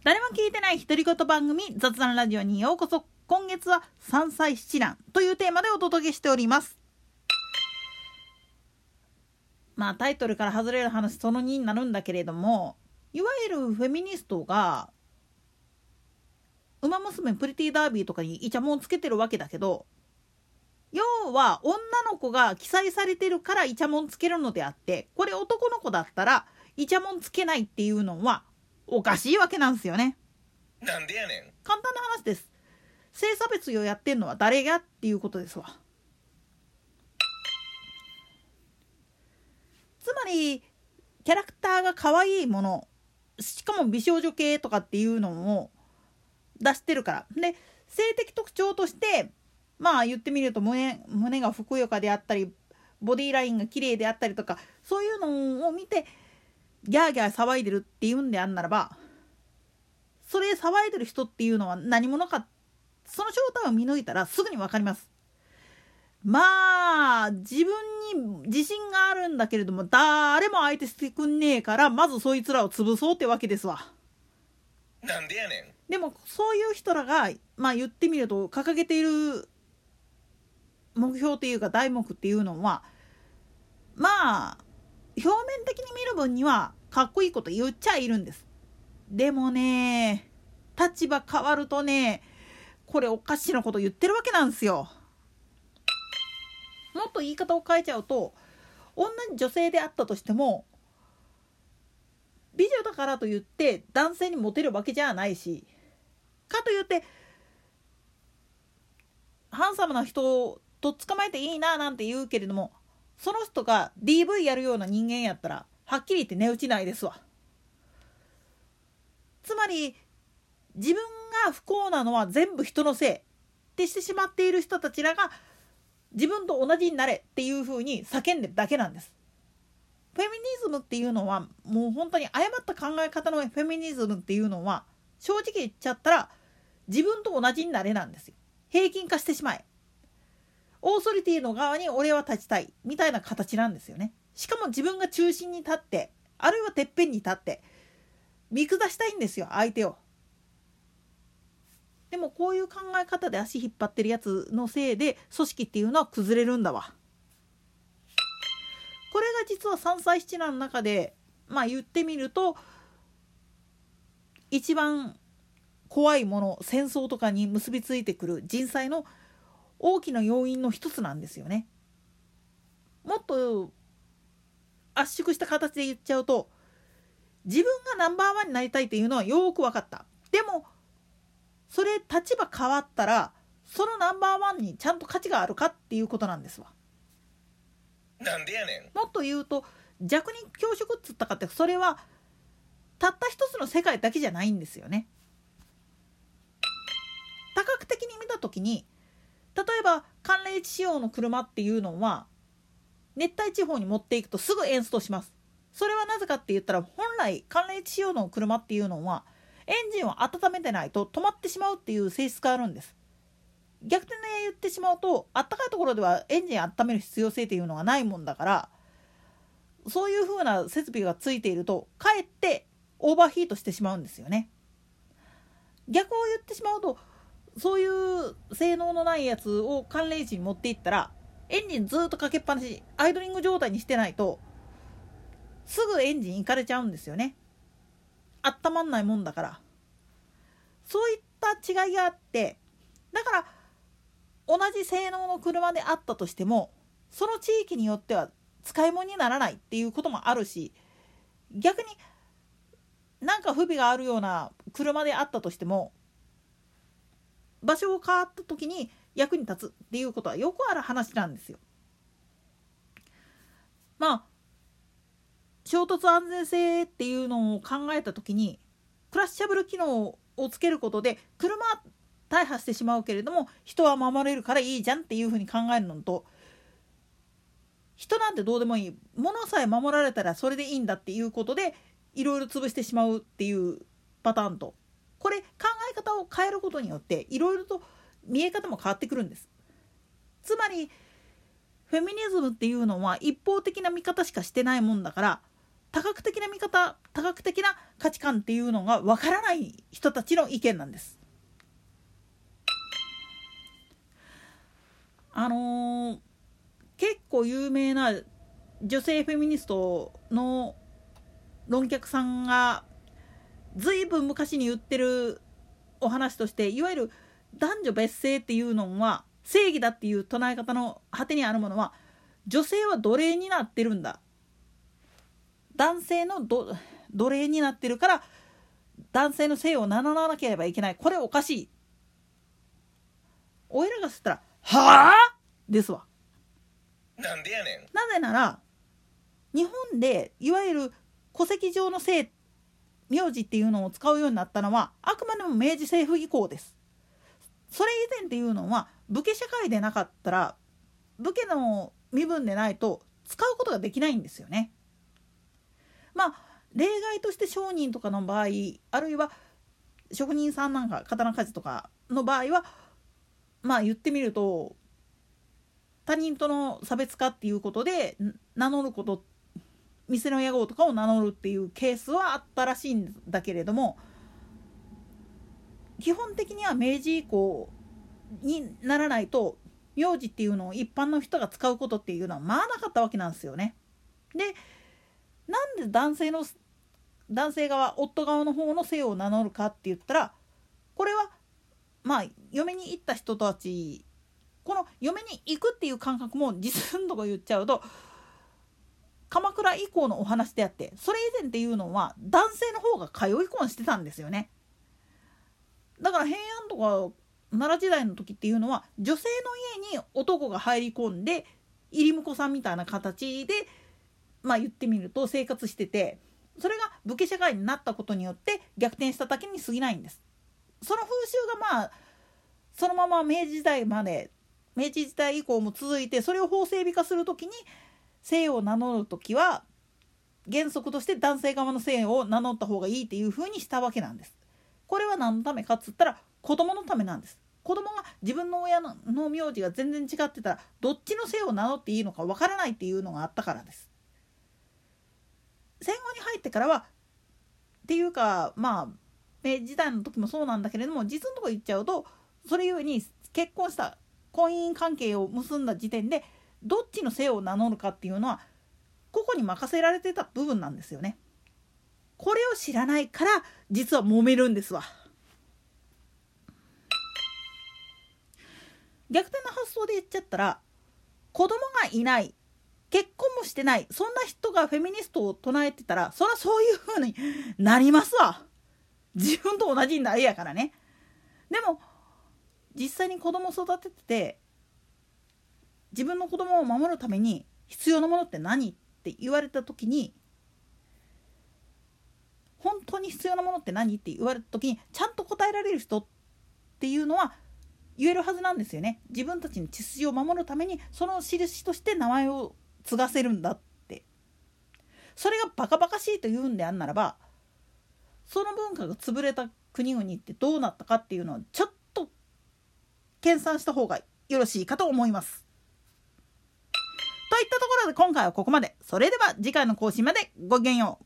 誰も聞いてない独り言番組雑談ラジオにようこそ。今月は三歳七男というテーマでお届けしております。タイトルから外れる話その2になるんだけれども、いわゆるフェミニストがウマ娘プリティダービーとかにイチャモンつけてるわけだけど、要は女の子が記載されてるからイチャモンつけるのであって、これ男の子だったらイチャモンつけないっていうのはおかしいわけなんですよね。 なんでやねん。 簡単な話です。性差別をやってんのは誰がっていうことですわ。つまりキャラクターが可愛いもの、しかも美少女系とかっていうのを出してるから。で、性的特徴として言ってみると胸がふくよかであったり、ボディラインが綺麗であったりとか、そういうのを見てギャーギャー騒いでるっていうんであんならば、それ騒いでる人っていうのは何者か、その正体を見抜いたらすぐに分かります。自分に自信があるんだけれども誰も相手してくんねえから、まずそいつらを潰そうってわけですわ。 なんでやねん。 でもそういう人らが言ってみると掲げている目標というか題目っていうのは、表面的に見る分にはかっこいいこと言っちゃいるんです。でもね、立場変わるとね、これおかしなこと言ってるわけなんですよ。もっと言い方を変えちゃうと、同じ女性であったとしても、美女だからといって男性にモテるわけじゃないし、かといってハンサムな人と捕まえていいななんて言うけれども、その人が DV やるような人間やったらはっきり言って値打ちないですわ。つまり自分が不幸なのは全部人のせいってしてしまっている人たちらが、自分と同じになれっていう風に叫んでるだけなんです。フェミニズムっていうのはもう本当に誤った考え方のフェミニズムっていうのは、正直言っちゃったら自分と同じになれなんですよ。平均化してしまえ。オーソリティの側に俺は立ちたいみたいな形なんですよね。しかも自分が中心に立って、あるいはてっぺんに立って見下したいんですよ、相手を。でもこういう考え方で足引っ張ってるやつのせいで組織っていうのは崩れるんだわ。これが実は三歳七男の中で言ってみると一番怖いもの、戦争とかに結びついてくる人災の大きな要因の一つなんですよね。もっと圧縮した形で言っちゃうと、自分がナンバーワンになりたいっていうのはよく分かった。でもそれ立場変わったら、そのナンバーワンにちゃんと価値があるかっていうことなんですわ。 なんでやねん。 もっと言うと弱肉強食っつったかって、それはたった一つの世界だけじゃないんですよね。多角的に見たときに、例えば寒冷地仕様の車っていうのは熱帯地方に持っていくとすぐエンストします。それはなぜかって言ったら、本来寒冷地仕様の車っていうのはエンジンを温めてないと止まってしまうっていう性質があるんです。逆転で言ってしまうと、あったかいところではエンジン温める必要性っていうのがないもんだから、そういう風な設備がついているとかえってオーバーヒートしてしまうんですよね。逆を言ってしまうと、そういう性能のないやつを寒冷地に持っていったら、エンジンずっとかけっぱなし、アイドリング状態にしてないとすぐエンジンいかれちゃうんですよね。温まんないもんだから。そういった違いがあって、だから同じ性能の車であったとしても、その地域によっては使い物にならないっていうこともあるし、逆になんか不備があるような車であったとしても、場所を変わった時に役に立つっていうことはよくある話なんですよ。衝突安全性っていうのを考えた時に、クラッシャブル機能をつけることで車大破してしまうけれども人は守れるからいいじゃんっていうふうに考えるのと、人なんてどうでもいい、物さえ守られたらそれでいいんだっていうことでいろいろ潰してしまうっていうパターンと、これ考え方を変えることによっていろいろと見え方も変わってくるんです。つまりフェミニズムっていうのは一方的な見方しかしてないもんだから、 多角的な見方、多角的な価値観っていうのがわからない人たちの意見なんです。結構有名な女性フェミニストの論客さんがずいぶん昔に言ってるお話として、いわゆる男女別姓っていうのは正義だっていう唱え方の果てにあるものは、女性は奴隷になってるんだ、男性の奴隷になってるから男性の姓を名乗らなければいけない、これおかしい。おいらがすったらはあですわ。 なんでやねん。 なぜなら日本でいわゆる戸籍上の姓、名字っていうのを使うようになったのはあくまでも明治政府以降です。それ以前っていうのは武家社会でなかったら、武家の身分でないと使うことができないんですよね。まあ例外として商人とかの場合、あるいは職人さんなんか刀鍛冶とかの場合は、まあ言ってみると他人との差別化っていうことで名乗ること、店の屋号とかを名乗るっていうケースはあったらしいんだけれども、基本的には明治以降にならないと名字っていうのを一般の人が使うことっていうのはまあなかったわけなんですよね。で、なんで男性側、夫側の方の姓を名乗るかって言ったら、これはまあ嫁に行った人たち、この嫁に行くっていう感覚も実のとこ言っちゃうと鎌倉以降のお話であって、それ以前っていうのは男性の方が通い婚してたんですよね。だから平安とか奈良時代の時っていうのは女性の家に男が入り込んで入り婿さんみたいな形で、まあ言ってみると生活してて、それが武家社会になったことによって逆転しただけに過ぎないんです。その風習がまあそのまま明治時代以降も続いて、それを法整備化するときに姓を名乗るときは原則として男性側の姓を名乗った方がいいっていう風にしたわけなんです。これは何のためかっつったら子供のためなんです。子供が自分の親の名字が全然違ってたらどっちの姓を名乗っていいのかわからないっていうのがあったからです。戦後に入ってからはっていうか、まあ明治時代の時もそうなんだけれども、実のところ言っちゃうと、それゆえに結婚した婚姻関係を結んだ時点でどっちの姓を名乗るかっていうのは個々に任せられてた部分なんですよね。これを知らないから実は揉めるんですわ。逆転の発想で言っちゃったら、子供がいない、結婚もしてない、そんな人がフェミニストを唱えてたら、そりゃそういう風になりますわ。自分と同じになりやからね。でも実際に子供を育ててて、自分の子供を守るために必要なものって何って言われた時に、本当に必要なものって何って言われた時にちゃんと答えられる人っていうのは言えるはずなんですよね。自分たちの秩序を守るためにその印として名前を継がせるんだって。それがバカバカしいと言うんであんならば、その文化が潰れた国々ってどうなったかっていうのをちょっと研鑽した方がよろしいかと思います。といったところで今回はここまで。それでは次回の更新までごきげんよう。